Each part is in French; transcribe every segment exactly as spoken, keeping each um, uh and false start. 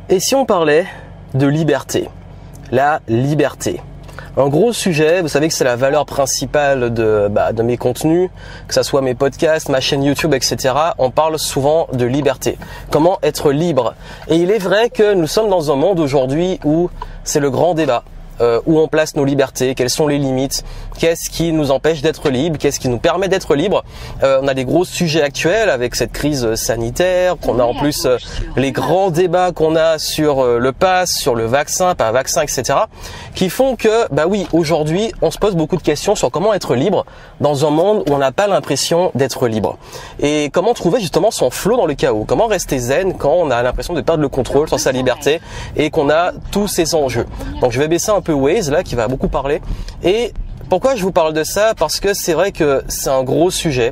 Et si on parlait de liberté? La liberté. Un gros sujet, vous savez que c'est la valeur principale de, bah, de mes contenus, que ça soit mes podcasts, ma chaîne YouTube, et cetera. On parle souvent de liberté. Comment être libre? Et il est vrai que nous sommes dans un monde aujourd'hui où c'est le grand débat. Euh, où on place nos libertés, quelles sont les limites, qu'est-ce qui nous empêche d'être libre, qu'est-ce qui nous permet d'être libre. Euh, on a des gros sujets actuels avec cette crise sanitaire, qu'on a en plus euh, les grands débats qu'on a sur euh, le pass, sur le vaccin, pas vaccin, et cetera, qui font que, bah oui, aujourd'hui, on se pose beaucoup de questions sur comment être libre dans un monde où on n'a pas l'impression d'être libre. Et comment trouver justement son flow dans le chaos, comment rester zen quand on a l'impression de perdre le contrôle sur sa liberté et qu'on a tous ces enjeux. Donc je vais baisser un peu Waze là qui va beaucoup parler. Et pourquoi je vous parle de ça? Parce que c'est vrai que c'est un gros sujet.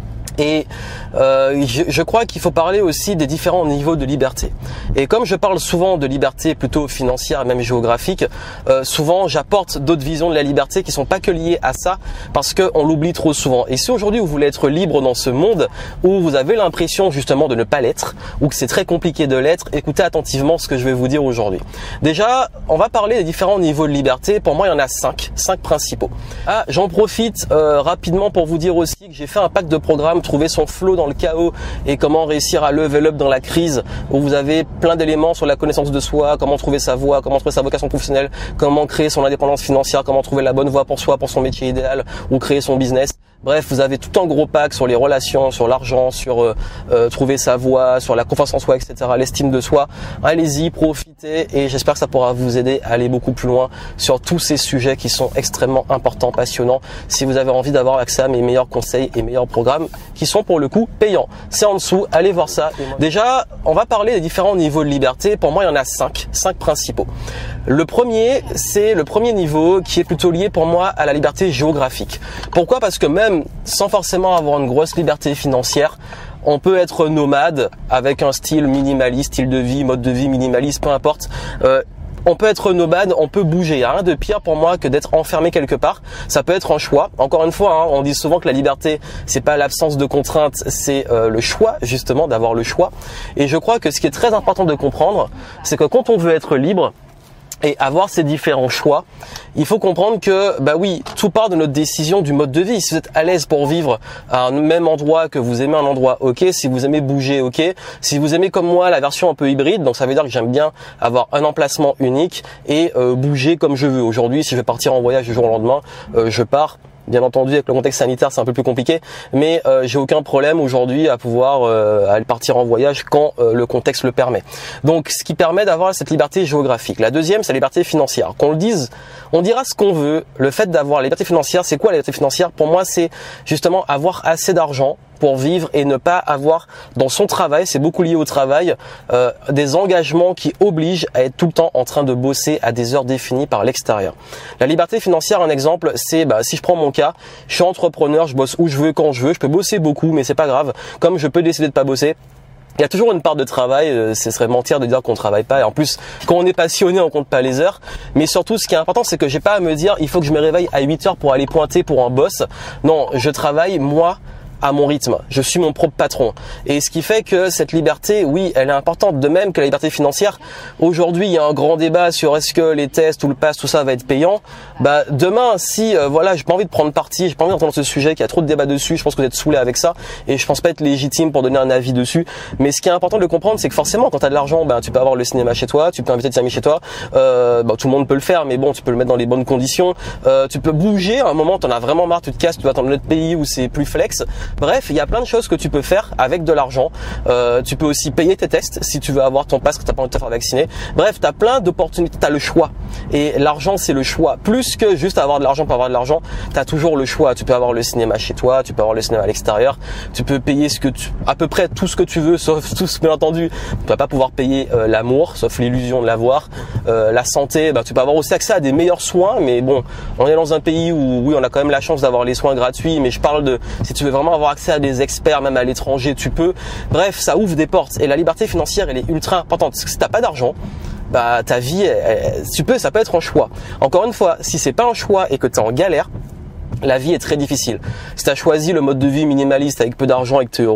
Et euh, je, je crois qu'il faut parler aussi des différents niveaux de liberté. Et comme je parle souvent de liberté plutôt financière, même géographique, euh, souvent j'apporte d'autres visions de la liberté qui sont pas que liées à ça, parce qu'on l'oublie trop souvent. Et si aujourd'hui vous voulez être libre dans ce monde où vous avez l'impression justement de ne pas l'être, ou que c'est très compliqué de l'être, écoutez attentivement ce que je vais vous dire aujourd'hui. Déjà, on va parler des différents niveaux de liberté. Pour moi, il y en a cinq, cinq principaux. Ah, j'en profite euh, rapidement pour vous dire aussi que j'ai fait un pack de programmes trouver son flow dans le chaos et comment réussir à level up dans la crise, où vous avez plein d'éléments sur la connaissance de soi, comment trouver sa voie, comment trouver sa vocation professionnelle, comment créer son indépendance financière, comment trouver la bonne voie pour soi, pour son métier idéal ou créer son business. Bref, vous avez tout un gros pack sur les relations, sur l'argent, sur euh, euh, trouver sa voie, sur la confiance en soi, et cetera, l'estime de soi. Allez-y, profitez et j'espère que ça pourra vous aider à aller beaucoup plus loin sur tous ces sujets qui sont extrêmement importants, passionnants. Si vous avez envie d'avoir accès à mes meilleurs conseils et meilleurs programmes qui sont pour le coup payants. C'est en dessous, allez voir ça. Déjà, on va parler des différents niveaux de liberté. Pour moi, il y en a cinq, cinq principaux. Le premier, c'est le premier niveau qui est plutôt lié pour moi à la liberté géographique. Pourquoi? Parce que même sans forcément avoir une grosse liberté financière, on peut être nomade avec un style minimaliste, style de vie, mode de vie minimaliste, peu importe. Euh, On peut être nomade, on peut bouger. Il n'y a rien de pire pour moi que d'être enfermé quelque part. Ça peut être un choix. Encore une fois, hein, on dit souvent que la liberté, c'est pas l'absence de contraintes, c'est euh, le choix, justement, d'avoir le choix. Et je crois que ce qui est très important de comprendre, c'est que quand on veut être libre et avoir ces différents choix, il faut comprendre que, bah oui, tout part de notre décision du mode de vie. Si vous êtes à l'aise pour vivre à un même endroit, que vous aimez un endroit, ok. Si vous aimez bouger, ok. Si vous aimez comme moi la version un peu hybride, donc ça veut dire que j'aime bien avoir un emplacement unique et euh, bouger comme je veux. Aujourd'hui, si je veux partir en voyage du jour au lendemain, euh, je pars. Bien entendu, avec le contexte sanitaire, c'est un peu plus compliqué, mais euh, j'ai aucun problème aujourd'hui à pouvoir euh, aller partir en voyage quand euh, le contexte le permet. Donc, ce qui permet d'avoir cette liberté géographique. La deuxième, c'est la liberté financière. Qu'on le dise, on dira ce qu'on veut. Le fait d'avoir la liberté financière, c'est quoi la liberté financière? Pour moi, c'est justement avoir assez d'argent pour vivre et ne pas avoir dans son travail, c'est beaucoup lié au travail, euh, des engagements qui obligent à être tout le temps en train de bosser à des heures définies par l'extérieur. La liberté financière, un exemple, c'est bah, si je prends mon cas, je suis entrepreneur, je bosse où je veux, quand je veux, je peux bosser beaucoup, mais c'est pas grave. Comme je peux décider de pas bosser, il y a toujours une part de travail, euh, ce serait mentir de dire qu'on travaille pas. Et en plus, quand on est passionné, on compte pas les heures. Mais surtout, ce qui est important, c'est que j'ai pas à me dire, il faut que je me réveille à huit heures pour aller pointer pour un boss. Non, je travaille, moi, à mon rythme. Je suis mon propre patron. Et ce qui fait que cette liberté, oui, elle est importante. De même que la liberté financière. Aujourd'hui, il y a un grand débat sur est-ce que les tests ou le pass, tout ça va être payant. Bah, demain, si, euh, voilà, j'ai pas envie de prendre parti, j'ai pas envie d'entendre ce sujet, qu'il y a trop de débats dessus, je pense que vous êtes saoulés avec ça. Et je pense pas être légitime pour donner un avis dessus. Mais ce qui est important de le comprendre, c'est que forcément, quand tu as de l'argent, bah, tu peux avoir le cinéma chez toi, tu peux inviter tes amis chez toi. Euh, bah, tout le monde peut le faire, mais bon, tu peux le mettre dans les bonnes conditions. Euh, tu peux bouger. À un moment, t'en as vraiment marre, tu te casses, tu vas dans un autre pays où c'est plus flex. Bref, il y a plein de choses que tu peux faire avec de l'argent. Euh, tu peux aussi payer tes tests si tu veux avoir ton pass quand t'as pas envie de te faire vacciner. Bref, t'as plein d'opportunités, t'as le choix. Et l'argent, c'est le choix. Plus que juste avoir de l'argent pour avoir de l'argent, t'as toujours le choix. Tu peux avoir le cinéma chez toi, tu peux avoir le cinéma à l'extérieur, tu peux payer ce que tu, à peu près tout ce que tu veux, sauf tout ce bien entendu. Tu vas pas pouvoir payer euh, l'amour, sauf l'illusion de l'avoir. Euh, la santé, bah, tu peux avoir aussi accès à des meilleurs soins, mais bon, on est dans un pays où, oui, on a quand même la chance d'avoir les soins gratuits, mais je parle de, si tu veux vraiment avoir accès à des experts, même à l'étranger, tu peux. Bref, ça ouvre des portes. Et la liberté financière, elle est ultra importante. Parce que si t'as pas d'argent, bah ta vie, elle, elle, tu peux, ça peut être un choix. Encore une fois, si c'est pas un choix et que t'es en galère, la vie est très difficile. Si tu as choisi le mode de vie minimaliste avec peu d'argent et que tu es heureux,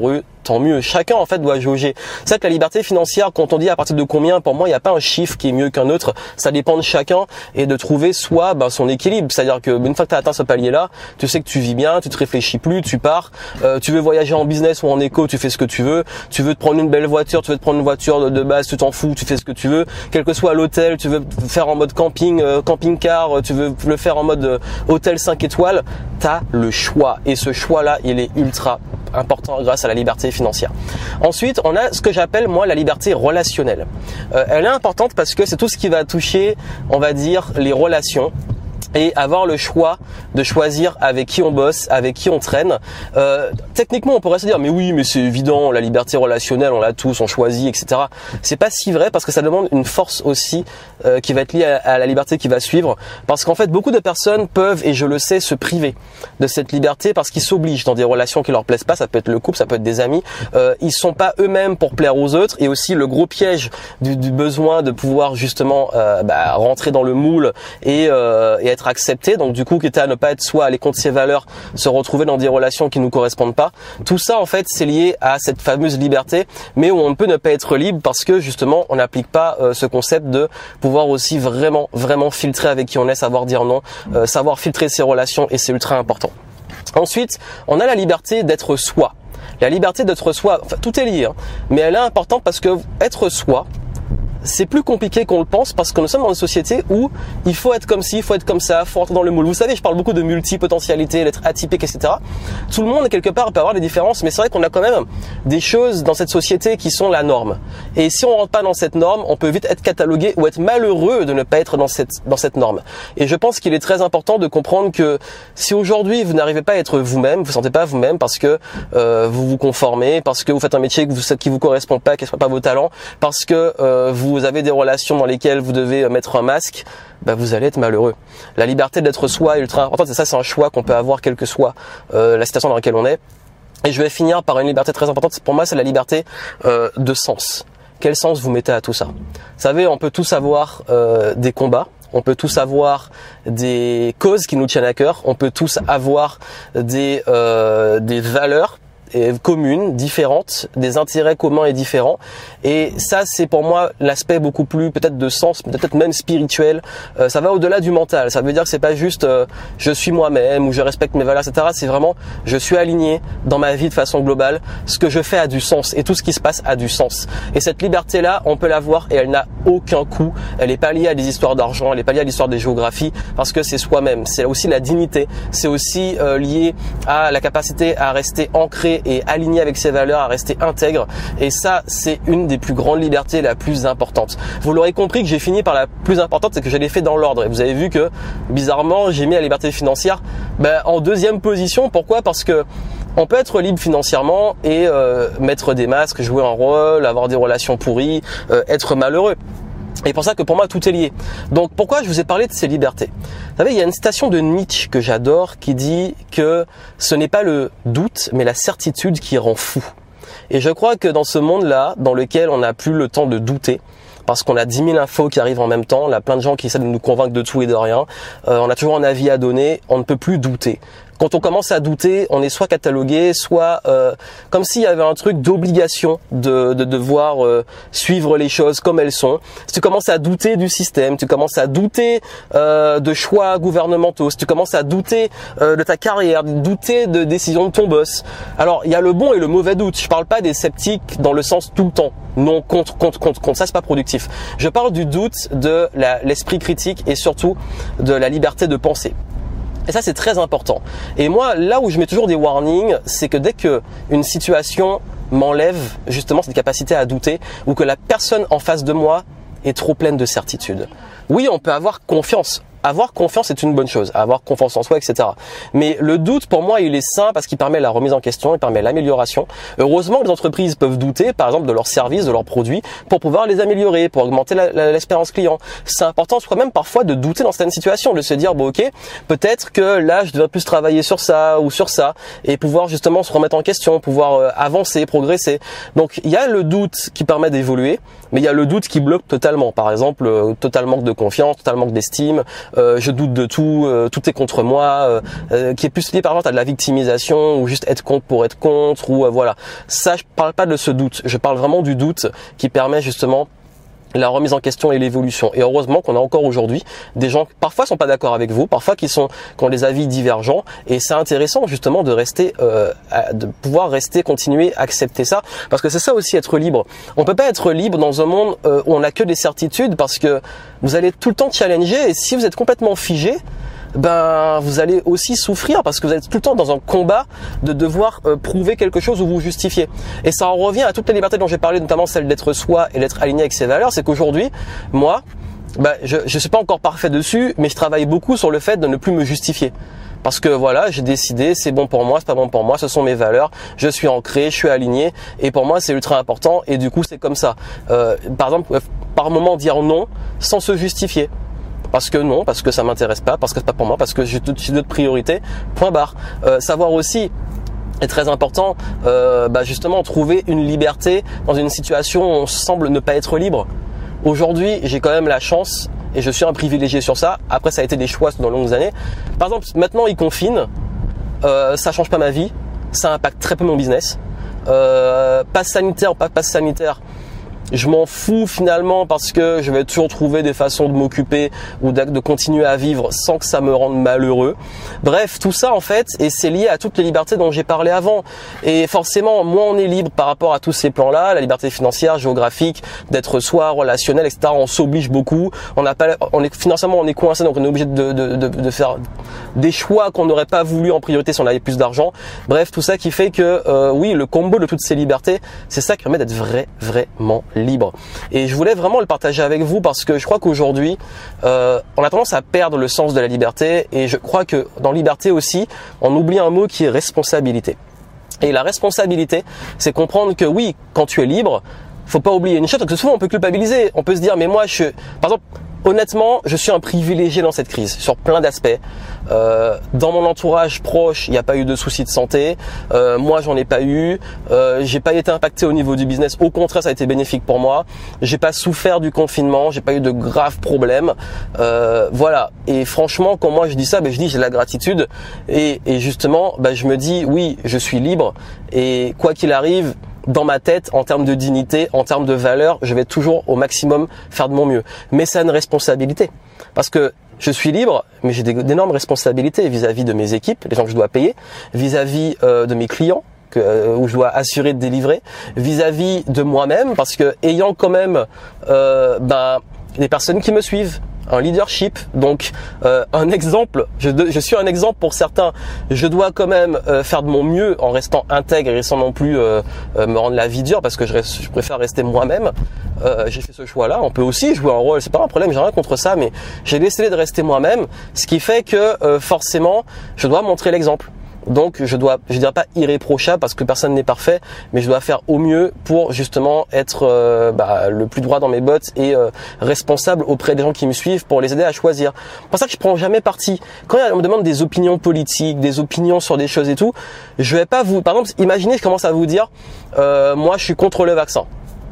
tant mieux. Chacun en fait doit jauger. C'est vrai que la liberté financière, quand on dit à partir de combien, pour moi il n'y a pas un chiffre qui est mieux qu'un autre. Ça dépend de chacun et de trouver soit ben, son équilibre. C'est-à-dire que une fois que tu as atteint ce palier-là, tu sais que tu vis bien, tu te réfléchis plus, tu pars. Euh, tu veux voyager en business ou en éco, tu fais ce que tu veux. Tu veux te prendre une belle voiture, tu veux te prendre une voiture de, de base, tu t'en fous, tu fais ce que tu veux. Quel que soit l'hôtel, tu veux faire en mode camping, euh, camping-car, tu veux le faire en mode euh, hôtel cinq étoiles. T'as le choix et ce choix-là, il est ultra important grâce à la liberté financière. Ensuite, on a ce que j'appelle moi la liberté relationnelle. Euh, elle est importante parce que c'est tout ce qui va toucher, on va dire, les relations. Et avoir le choix de choisir avec qui on bosse, avec qui on traîne. Euh, techniquement, on pourrait se dire, mais oui, mais c'est évident, la liberté relationnelle, on l'a tous, on choisit, et cetera. C'est pas si vrai parce que ça demande une force aussi euh, qui va être liée à, à la liberté qui va suivre. Parce qu'en fait, beaucoup de personnes peuvent, et je le sais, se priver de cette liberté parce qu'ils s'obligent dans des relations qui leur plaisent pas. Ça peut être le couple, ça peut être des amis. Euh, ils sont pas eux-mêmes pour plaire aux autres. Et aussi le gros piège du, du besoin de pouvoir justement euh, bah, rentrer dans le moule et, euh, et être accepté, donc du coup quitte à ne pas être soi aller contre ses valeurs, se retrouver dans des relations qui nous correspondent pas. Tout ça en fait c'est lié à cette fameuse liberté, mais où on ne peut ne pas être libre parce que justement on n'applique pas euh, ce concept de pouvoir aussi vraiment vraiment filtrer avec qui on est, savoir dire non, euh, savoir filtrer ses relations, et c'est ultra important. Ensuite, on a la liberté d'être soi. La liberté d'être soi, enfin tout est lié, hein, mais elle est importante parce que être soi, c'est plus compliqué qu'on le pense parce que nous sommes dans une société où il faut être comme ci, il faut être comme ça, il faut rentrer dans le moule. Vous savez, je parle beaucoup de multipotentialité, d'être atypique, et cetera. Tout le monde, quelque part, peut avoir des différences, mais c'est vrai qu'on a quand même des choses dans cette société qui sont la norme. Et si on rentre pas dans cette norme, on peut vite être catalogué ou être malheureux de ne pas être dans cette, dans cette norme. Et je pense qu'il est très important de comprendre que si aujourd'hui vous n'arrivez pas à être vous-même, vous ne sentez pas vous-même parce que euh, vous vous conformez, parce que vous faites un métier qui vous, qui vous correspond pas, qui ne soit pas vos talents, parce que euh, vous vous avez des relations dans lesquelles vous devez mettre un masque, bah vous allez être malheureux. La liberté d'être soi est ultra importante, et ça c'est un choix qu'on peut avoir quelle que soit euh, la situation dans laquelle on est. Et je vais finir par une liberté très importante, pour moi c'est la liberté euh, de sens. Quel sens vous mettez à tout ça? Vous savez, on peut tous avoir euh, des combats, on peut tous avoir des causes qui nous tiennent à cœur, on peut tous avoir des, euh, des valeurs et communes, différentes, des intérêts communs et différents. Et ça, c'est pour moi l'aspect beaucoup plus peut-être de sens, peut-être même spirituel. Euh, ça va au-delà du mental. Ça veut dire que c'est pas juste euh, je suis moi-même ou je respecte mes valeurs, et cetera. C'est vraiment je suis aligné dans ma vie de façon globale. Ce que je fais a du sens et tout ce qui se passe a du sens. Et cette liberté-là, on peut l'avoir et elle n'a aucun coût. Elle est pas liée à des histoires d'argent, elle est pas liée à l'histoire des géographies parce que c'est soi-même. C'est aussi la dignité. C'est aussi euh, lié à la capacité à rester ancré et aligné avec ses valeurs, à rester intègre. Et ça, c'est une des plus grandes libertés, la plus importante. Vous l'aurez compris que j'ai fini par la plus importante, c'est que je l'ai fait dans l'ordre. Et vous avez vu que, bizarrement, j'ai mis la liberté financière ben, en deuxième position. Pourquoi? Parce que on peut être libre financièrement et euh, mettre des masques, jouer un rôle, avoir des relations pourries, euh, être malheureux. Et pour ça que pour moi tout est lié. Donc pourquoi je vous ai parlé de ces libertés? Vous savez, il y a une citation de Nietzsche que j'adore qui dit que ce n'est pas le doute mais la certitude qui rend fou. Et je crois que dans ce monde-là, dans lequel on n'a plus le temps de douter, parce qu'on a dix mille infos qui arrivent en même temps, on a plein de gens qui essaient de nous convaincre de tout et de rien, euh, on a toujours un avis à donner, on ne peut plus douter. Quand on commence à douter, on est soit catalogué, soit euh, comme s'il y avait un truc d'obligation de, de devoir euh, suivre les choses comme elles sont. Si tu commences à douter du système, tu commences à douter euh, de choix gouvernementaux, si tu commences à douter euh, de ta carrière, douter de décisions de ton boss. Alors, il y a le bon et le mauvais doute. Je parle pas des sceptiques dans le sens tout le temps. Non, contre, contre, contre, contre. Ça, c'est pas productif. Je parle du doute, de la, l'esprit critique et surtout de la liberté de penser. Et ça, c'est très important. Et moi, là où je mets toujours des warnings, c'est que dès que une situation m'enlève justement cette capacité à douter ou que la personne en face de moi est trop pleine de certitude. Oui, on peut avoir confiance. Avoir confiance est une bonne chose, avoir confiance en soi, et cetera. Mais le doute, pour moi, il est sain parce qu'il permet la remise en question, il permet l'amélioration. Heureusement que les entreprises peuvent douter, par exemple, de leurs services, de leurs produits, pour pouvoir les améliorer, pour augmenter la, la, l'expérience client. C'est important, soit même parfois, de douter dans certaines situations, de se dire, bon, ok, peut-être que là, je devrais plus travailler sur ça ou sur ça, et pouvoir justement se remettre en question, pouvoir euh, avancer, progresser. Donc, il y a le doute qui permet d'évoluer, mais il y a le doute qui bloque totalement. Par exemple, euh, total manque de confiance, total manque d'estime, euh, je doute de tout, euh, tout est contre moi, euh, euh, qui est plus lié par exemple à de la victimisation ou juste être contre pour être contre ou euh, voilà. Ça, je parle pas de ce doute, je parle vraiment du doute qui permet justement la remise en question et l'évolution. Et heureusement qu'on a encore aujourd'hui des gens qui parfois sont pas d'accord avec vous, parfois qui sont qui ont des avis divergents. Et c'est intéressant justement de rester, euh, de pouvoir rester, continuer, accepter ça, parce que c'est ça aussi être libre. On peut pas être libre dans un monde euh, où on a que des certitudes, parce que vous allez tout le temps challenger. Et si vous êtes complètement figé, ben vous allez aussi souffrir parce que vous êtes tout le temps dans un combat de devoir euh, prouver quelque chose ou vous justifier. Et ça en revient à toutes les libertés dont j'ai parlé, notamment celle d'être soi et d'être aligné avec ses valeurs. C'est qu'aujourd'hui, moi, ben, je je suis pas encore parfait dessus, mais je travaille beaucoup sur le fait de ne plus me justifier. Parce que voilà, j'ai décidé, c'est bon pour moi, c'est pas bon pour moi, ce sont mes valeurs, je suis ancré, je suis aligné, et pour moi c'est ultra important, et du coup c'est comme ça. Euh, par exemple, par moment dire non sans se justifier. Parce que non, parce que ça m'intéresse pas, parce que c'est pas pour moi, parce que j'ai d'autres priorités, point barre. Euh, savoir aussi est très important, euh, bah justement trouver une liberté dans une situation où on semble ne pas être libre. Aujourd'hui, j'ai quand même la chance, et je suis un privilégié sur ça, après ça a été des choix dans de longues années. Par exemple, maintenant ils confinent, euh, ça change pas ma vie, ça impacte très peu mon business. Euh, passe sanitaire ou pas passe sanitaire, je m'en fous finalement parce que je vais toujours trouver des façons de m'occuper ou de, de continuer à vivre sans que ça me rende malheureux. Bref, tout ça en fait, et c'est lié à toutes les libertés dont j'ai parlé avant. Et forcément, moins on est libre par rapport à tous ces plans-là, la liberté financière, géographique, d'être soi, relationnel, et cetera. On s'oblige beaucoup. On n'a pas, on est financièrement on est coincé, donc on est obligé de, de, de, de faire des choix qu'on n'aurait pas voulu en priorité si on avait plus d'argent. Bref, tout ça qui fait que euh, oui, le combo de toutes ces libertés, c'est ça qui permet d'être vrai, vraiment libre. Et je voulais vraiment le partager avec vous parce que je crois qu'aujourd'hui euh, on a tendance à perdre le sens de la liberté, et je crois que dans liberté aussi on oublie un mot qui est responsabilité. Et la responsabilité, c'est comprendre que oui, quand tu es libre, faut pas oublier une chose, parce que souvent on peut culpabiliser, on peut se dire mais moi je, par exemple, honnêtement, je suis un privilégié dans cette crise sur plein d'aspects. Euh, dans mon entourage proche, il n'y a pas eu de soucis de santé. Euh, moi, j'en ai pas eu. Euh, j'ai pas été impacté au niveau du business. Au contraire, ça a été bénéfique pour moi. J'ai pas souffert du confinement. J'ai pas eu de graves problèmes. Euh, voilà. Et franchement, quand moi je dis ça, ben je dis j'ai de la gratitude. Et, et justement, ben je me dis oui, je suis libre. Et quoi qu'il arrive, dans ma tête, en termes de dignité, en termes de valeur, je vais toujours au maximum faire de mon mieux. Mais ça a une responsabilité. Parce que je suis libre, mais j'ai d'énormes responsabilités vis-à-vis de mes équipes, les gens que je dois payer, vis-à-vis euh, de mes clients, que, euh, où je dois assurer de délivrer, vis-à-vis de moi-même, parce que ayant quand même euh, ben, des personnes qui me suivent, un leadership, donc euh, un exemple, je, je suis un exemple pour certains, je dois quand même euh, faire de mon mieux en restant intègre et sans non plus euh, euh, me rendre la vie dure, parce que je, reste, je préfère rester moi-même. Euh, j'ai fait ce choix-là, on peut aussi jouer un rôle, c'est pas un problème, j'ai rien contre ça, mais j'ai décidé de rester moi-même, ce qui fait que euh, forcément, je dois montrer l'exemple. Donc je dois, je dirais pas irréprochable parce que personne n'est parfait, mais je dois faire au mieux pour justement être euh, bah, le plus droit dans mes bottes et euh, responsable auprès des gens qui me suivent pour les aider à choisir. C'est pour ça que je prends jamais parti. Quand on me demande des opinions politiques, des opinions sur des choses et tout, je vais pas vous, par exemple, imaginez je commence à vous dire, euh, moi je suis contre le vaccin.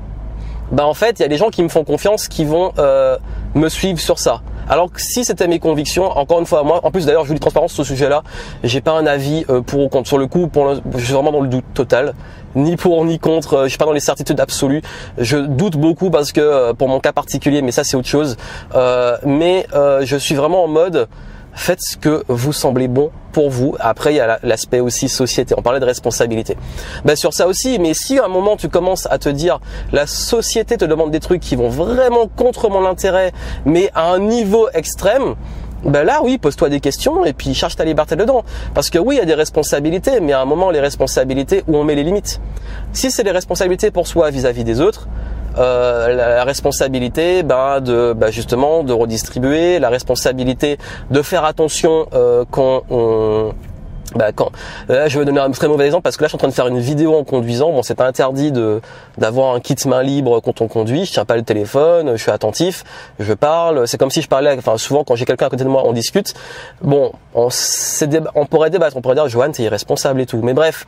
Ben en fait il y a des gens qui me font confiance qui vont euh, me suivre sur ça. Alors que si c'était mes convictions, encore une fois, moi, en plus d'ailleurs, je vous dis transparence sur ce sujet-là, j'ai pas un avis euh, pour ou contre. Sur le coup, pour le, je suis vraiment dans le doute total, ni pour ni contre. Euh, je suis pas dans les certitudes absolues. Je doute beaucoup parce que euh, pour mon cas particulier, mais ça c'est autre chose. Euh, mais euh, je suis vraiment en mode, faites ce que vous semblez bon pour vous. Après, il y a l'aspect aussi société. On parlait de responsabilité. Ben, sur ça aussi, mais si à un moment tu commences à te dire la société te demande des trucs qui vont vraiment contre mon intérêt, mais à un niveau extrême, ben là oui, pose-toi des questions et puis cherche ta liberté dedans. Parce que oui, il y a des responsabilités, mais à un moment, les responsabilités, où on met les limites. Si c'est des responsabilités pour soi vis-à-vis des autres, Euh, la, la responsabilité ben, de ben, justement de redistribuer, la responsabilité de faire attention euh, quand on bah quand là je vais donner un très mauvais exemple parce que là je suis en train de faire une vidéo en conduisant. Bon, c'est pas interdit de d'avoir un kit main libre quand on conduit. Je tiens pas le téléphone, je suis attentif, je parle. C'est comme si je parlais. Enfin, souvent quand j'ai quelqu'un à côté de moi, on discute. Bon, on, c'est, on pourrait débattre, on pourrait dire Johan, t'es irresponsable et tout. Mais bref,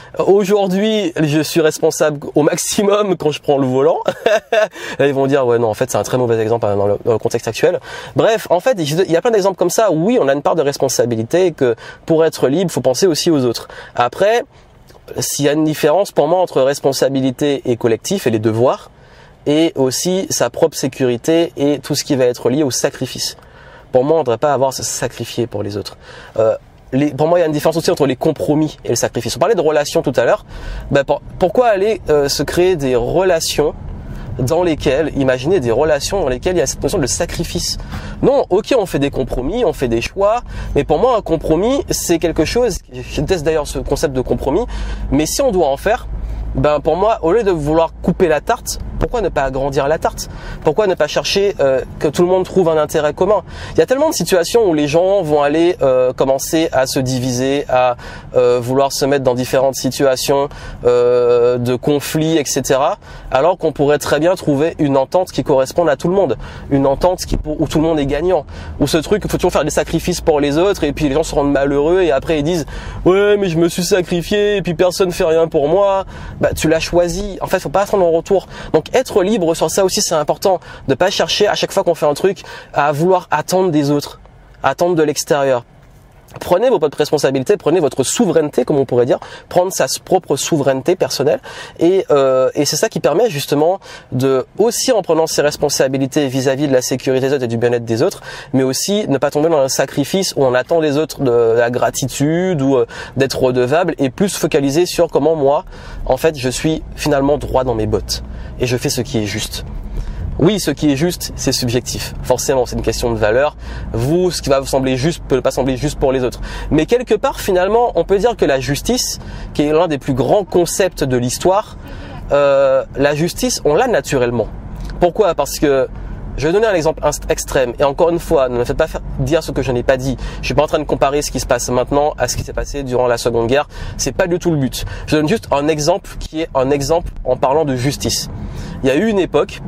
aujourd'hui, je suis responsable au maximum quand je prends le volant. Là, ils vont dire, ouais, non, en fait, c'est un très mauvais exemple dans le, dans le contexte actuel. Bref, en fait, il y a plein d'exemples comme ça. Oui, on a une part de responsabilité et que pour être libre, il faut penser aussi aux autres. Après, s'il y a une différence pour moi entre responsabilité et collectif et les devoirs, et aussi sa propre sécurité et tout ce qui va être lié au sacrifice. Pour moi, on ne devrait pas avoir à se sacrifier pour les autres. Euh, les, pour moi, il y a une différence aussi entre les compromis et le sacrifice. On parlait de relations tout à l'heure. Ben, pour, pourquoi aller euh, se créer des relations dans lesquelles, imaginez des relations dans lesquelles il y a cette notion de sacrifice. Non, ok, on fait des compromis, on fait des choix, mais pour moi, un compromis, c'est quelque chose, je déteste d'ailleurs ce concept de compromis, mais si on doit en faire, ben pour moi, au lieu de vouloir couper la tarte, pourquoi ne pas agrandir la tarte? Pourquoi ne pas chercher euh, que tout le monde trouve un intérêt commun? Il y a tellement de situations où les gens vont aller euh, commencer à se diviser, à euh, vouloir se mettre dans différentes situations euh, de conflits, et cetera. Alors qu'on pourrait très bien trouver une entente qui corresponde à tout le monde, une entente qui, où tout le monde est gagnant. Où ce truc, il faut toujours faire des sacrifices pour les autres et puis les gens se rendent malheureux et après ils disent ouais mais je me suis sacrifié et puis personne fait rien pour moi. Bah tu l'as choisi. En fait, faut pas attendre en retour. Donc être libre sur ça aussi, c'est important. De pas chercher à chaque fois qu'on fait un truc à vouloir attendre des autres, attendre de l'extérieur. Prenez vos propres responsabilités, prenez votre souveraineté, comme on pourrait dire, prendre sa propre souveraineté personnelle, et, euh, et c'est ça qui permet justement de, aussi en prenant ses responsabilités vis-à-vis de la sécurité des autres et du bien-être des autres, mais aussi ne pas tomber dans un sacrifice où on attend des autres de la gratitude ou euh, d'être redevable, et plus focaliser sur comment moi, en fait, je suis finalement droit dans mes bottes et je fais ce qui est juste. Oui, ce qui est juste, c'est subjectif. Forcément, c'est une question de valeur. Vous, ce qui va vous sembler juste peut pas sembler juste pour les autres. Mais quelque part, finalement, on peut dire que la justice, qui est l'un des plus grands concepts de l'histoire, euh, la justice, on l'a naturellement. Pourquoi? Parce que je vais donner un exemple extrême. Et encore une fois, ne me faites pas faire, dire ce que je n'ai pas dit. Je suis pas en train de comparer ce qui se passe maintenant à ce qui s'est passé durant la Seconde Guerre. C'est pas du tout le but. Je donne juste un exemple qui est un exemple en parlant de justice. Il y a eu une époque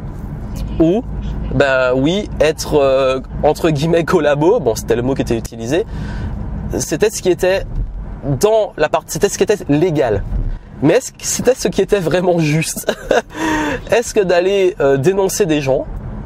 où, ben oui, être euh, entre guillemets collabo, bon c'était le mot qui était utilisé, c'était ce qui était dans la partie, c'était ce qui était légal. Mais est-ce que c'était ce qui était vraiment juste? Est-ce que d'aller euh, dénoncer des gens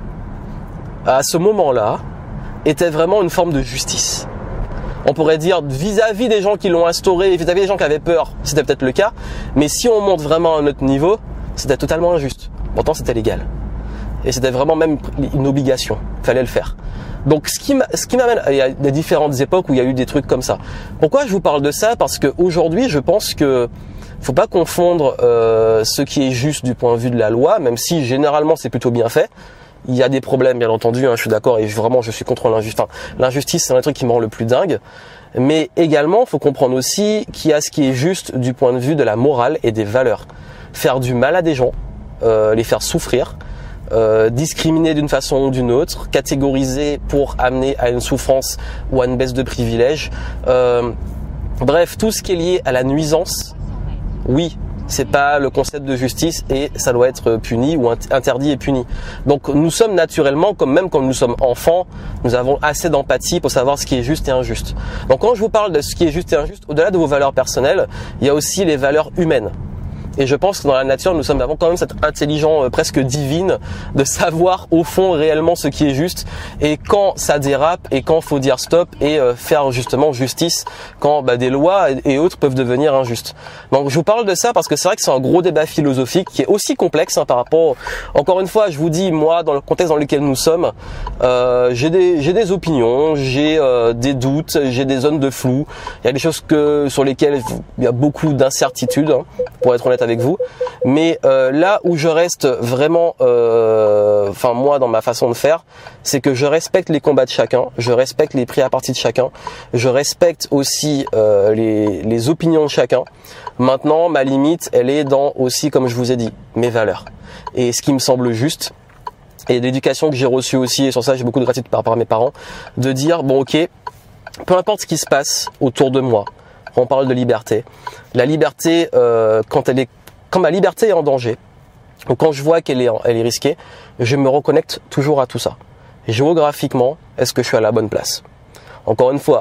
à ce moment-là était vraiment une forme de justice? On pourrait dire vis-à-vis des gens qui l'ont instauré, vis-à-vis des gens qui avaient peur, c'était peut-être le cas. Mais si on monte vraiment à un autre niveau, c'était totalement injuste. Pourtant, c'était légal. Et c'était vraiment même une obligation. Il fallait le faire. Donc, ce qui m'amène, il y a des différentes époques où il y a eu des trucs comme ça. Pourquoi je vous parle de ça? Parce qu'aujourd'hui, je pense que faut pas confondre euh, ce qui est juste du point de vue de la loi, même si généralement c'est plutôt bien fait. Il y a des problèmes, bien entendu, hein, je suis d'accord, et vraiment je suis contre l'injustice. Enfin, l'injustice, c'est un truc qui me rend le plus dingue. Mais également, il faut comprendre aussi qu'il y a ce qui est juste du point de vue de la morale et des valeurs. Faire du mal à des gens, euh, les faire souffrir, Euh, discriminer d'une façon ou d'une autre, catégoriser pour amener à une souffrance ou à une baisse de privilèges. Euh, bref, tout ce qui est lié à la nuisance, oui, c'est pas le concept de justice et ça doit être puni ou interdit et puni. Donc nous sommes naturellement, comme même quand nous sommes enfants, nous avons assez d'empathie pour savoir ce qui est juste et injuste. Donc quand je vous parle de ce qui est juste et injuste, au-delà de vos valeurs personnelles, il y a aussi les valeurs humaines. Et je pense que dans la nature, nous sommes avons quand même cette intelligence euh, presque divine de savoir au fond réellement ce qui est juste et quand ça dérape et quand faut dire stop et euh, faire justement justice quand bah, des lois et autres peuvent devenir injustes. Donc je vous parle de ça parce que c'est vrai que c'est un gros débat philosophique qui est aussi complexe hein, par rapport. Encore une fois, je vous dis moi dans le contexte dans lequel nous sommes, euh, j'ai des j'ai des opinions, j'ai euh, des doutes, j'ai des zones de flou. Il y a des choses que sur lesquelles il y a beaucoup d'incertitudes hein, pour être honnête avec vous, mais euh, là où je reste vraiment, euh, enfin moi dans ma façon de faire, c'est que je respecte les combats de chacun, je respecte les pris à partie de chacun, je respecte aussi euh, les, les opinions de chacun. Maintenant, ma limite, elle est dans aussi, comme je vous ai dit, mes valeurs et ce qui me semble juste. Et l'éducation que j'ai reçue aussi, et sur ça j'ai beaucoup de gratitude par rapport à mes parents, de dire bon ok, peu importe ce qui se passe autour de moi. On parle de liberté. La liberté, euh, quand elle est, quand ma liberté est en danger, ou quand je vois qu'elle est, elle est risquée, je me reconnecte toujours à tout ça. Géographiquement, est-ce que je suis à la bonne place? Encore une fois,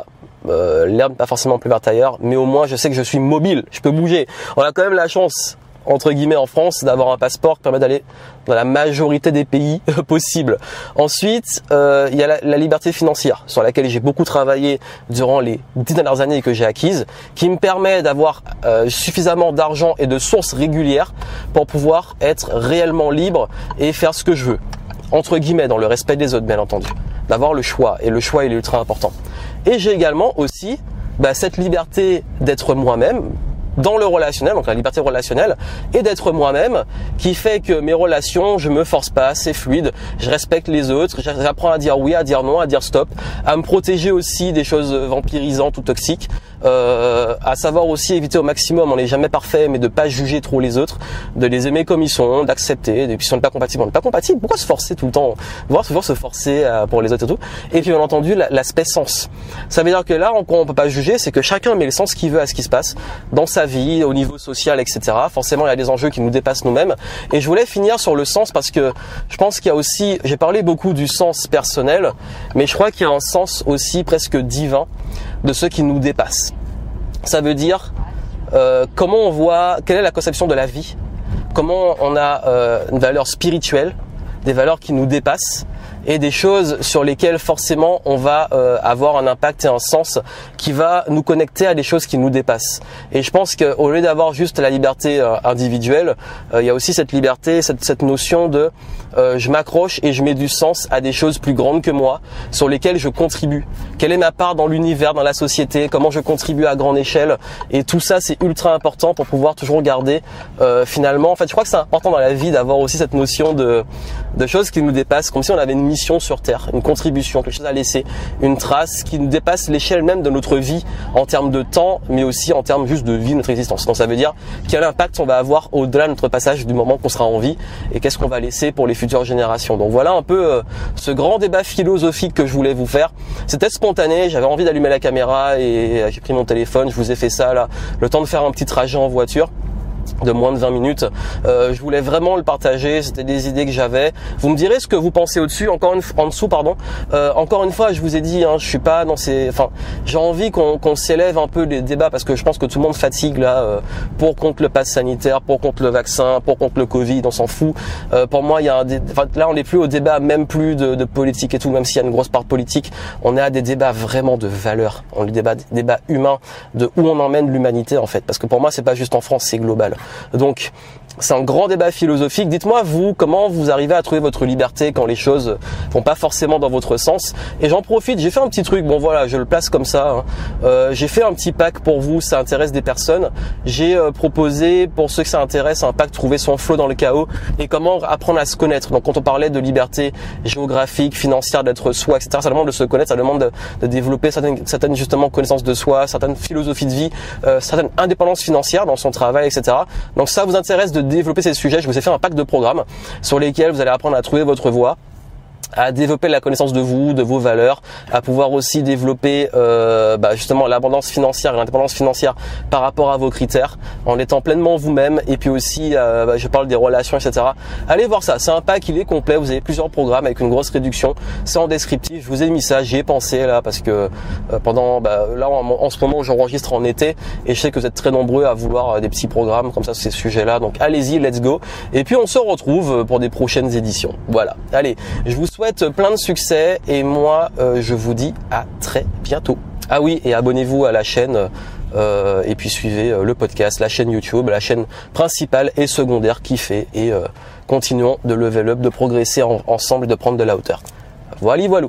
euh, l'herbe n'est pas forcément plus verte ailleurs, mais au moins je sais que je suis mobile, je peux bouger. On a quand même la chance, entre guillemets, en France, d'avoir un passeport qui permet d'aller dans la majorité des pays possibles. Ensuite, euh, il y a la, la liberté financière, sur laquelle j'ai beaucoup travaillé durant les dix dernières années que j'ai acquises, qui me permet d'avoir euh, suffisamment d'argent et de sources régulières pour pouvoir être réellement libre et faire ce que je veux. Entre guillemets, dans le respect des autres, bien entendu. D'avoir le choix, et le choix, il est ultra important. Et j'ai également aussi bah, cette liberté d'être moi-même, dans le relationnel, donc la liberté relationnelle, et d'être moi-même, qui fait que mes relations, je me force pas, c'est fluide, je respecte les autres, j'apprends à dire oui, à dire non, à dire stop, à me protéger aussi des choses vampirisantes ou toxiques, euh, à savoir aussi éviter au maximum, on n'est jamais parfait, mais de pas juger trop les autres, de les aimer comme ils sont, d'accepter, et puis si on n'est pas compatible, on n'est pas compatible, pourquoi se forcer tout le temps, voir toujours se forcer pour les autres et tout. Et puis bien entendu, l'aspect sens. Ça veut dire que là, on ne peut pas juger, c'est que chacun met le sens qu'il veut à ce qui se passe dans sa vie, au niveau social, et cetera. Forcément, il y a des enjeux qui nous dépassent nous-mêmes. Et je voulais finir sur le sens parce que je pense qu'il y a aussi, j'ai parlé beaucoup du sens personnel, mais je crois qu'il y a un sens aussi presque divin de ce qui nous dépasse. Ça veut dire euh, comment on voit, quelle est la conception de la vie, comment on a euh, une valeur spirituelle, des valeurs qui nous dépassent, et des choses sur lesquelles forcément on va euh, avoir un impact et un sens qui va nous connecter à des choses qui nous dépassent. Et je pense qu'au lieu d'avoir juste la liberté euh, individuelle, euh, il y a aussi cette liberté, cette, cette notion de euh, je m'accroche et je mets du sens à des choses plus grandes que moi, sur lesquelles je contribue. Quelle est ma part dans l'univers, dans la société, comment je contribue à grande échelle, et tout ça c'est ultra important pour pouvoir toujours garder euh, finalement, en fait je crois que c'est important dans la vie d'avoir aussi cette notion de, de choses qui nous dépassent, comme si on avait une mission sur Terre, une contribution, quelque chose à laisser, une trace qui nous dépasse l'échelle même de notre vie en termes de temps, mais aussi en termes juste de vie, de notre existence. Donc ça veut dire quel impact on va avoir au-delà de notre passage du moment qu'on sera en vie et qu'est-ce qu'on va laisser pour les futures générations. Donc voilà un peu euh, ce grand débat philosophique que je voulais vous faire. C'était spontané, j'avais envie d'allumer la caméra et j'ai pris mon téléphone, je vous ai fait ça là, le temps de faire un petit trajet en voiture de moins de vingt minutes. Euh, je voulais vraiment le partager, c'était des idées que j'avais. Vous me direz ce que vous pensez au-dessus, encore une en dessous, pardon. Euh, encore une fois, je vous ai dit, hein, je suis pas dans ces, enfin, j'ai envie qu'on qu'on s'élève un peu les débats parce que je pense que tout le monde fatigue là, euh, pour contre le pass sanitaire, pour contre le vaccin, pour contre le Covid, on s'en fout. Euh, pour moi, il y a un, dé... enfin, là, on n'est plus au débat, même plus de, de politique et tout, même s'il y a une grosse part politique, on est à des débats vraiment de valeurs, on est des débats, débats humains, de où on emmène l'humanité en fait. Parce que pour moi, c'est pas juste en France, c'est global. Donc c'est un grand débat philosophique. Dites-moi vous, comment vous arrivez à trouver votre liberté quand les choses vont pas forcément dans votre sens. Et j'en profite, j'ai fait un petit truc, bon voilà, je le place comme ça. Hein. Euh, j'ai fait un petit pack pour vous, ça intéresse des personnes. J'ai euh, proposé pour ceux que ça intéresse un pack trouver son flow dans le chaos et comment apprendre à se connaître. Donc quand on parlait de liberté géographique, financière, d'être soi, et cetera, ça demande de se connaître, ça demande de, de développer certaines, certaines justement connaissances de soi, certaines philosophies de vie, euh, certaines indépendances financières dans son travail, et cetera. Donc ça vous intéresse de développer ces sujets, je vous ai fait un pack de programmes sur lesquels vous allez apprendre à trouver votre voie, à développer la connaissance de vous, de vos valeurs, à pouvoir aussi développer euh, bah justement l'abondance financière et l'indépendance financière par rapport à vos critères, en étant pleinement vous-même. Et puis aussi, euh, bah, je parle des relations, et cetera. Allez voir ça, c'est un pack, il est complet, vous avez plusieurs programmes avec une grosse réduction, c'est en descriptif, je vous ai mis ça, j'y ai pensé là, parce que euh, pendant, bah, là en, en ce moment j'enregistre en été, et je sais que vous êtes très nombreux à vouloir euh, des petits programmes comme ça sur ces sujets-là, donc allez-y, let's go. Et puis on se retrouve pour des prochaines éditions. Voilà, allez, je vous souhaite plein de succès et moi euh, je vous dis à très bientôt. Ah oui, et abonnez-vous à la chaîne euh, et puis suivez euh, le podcast, la chaîne YouTube, la chaîne principale et secondaire qui fait et euh, continuons de level up, de progresser en, ensemble, de prendre de la hauteur. Voilà, voilà.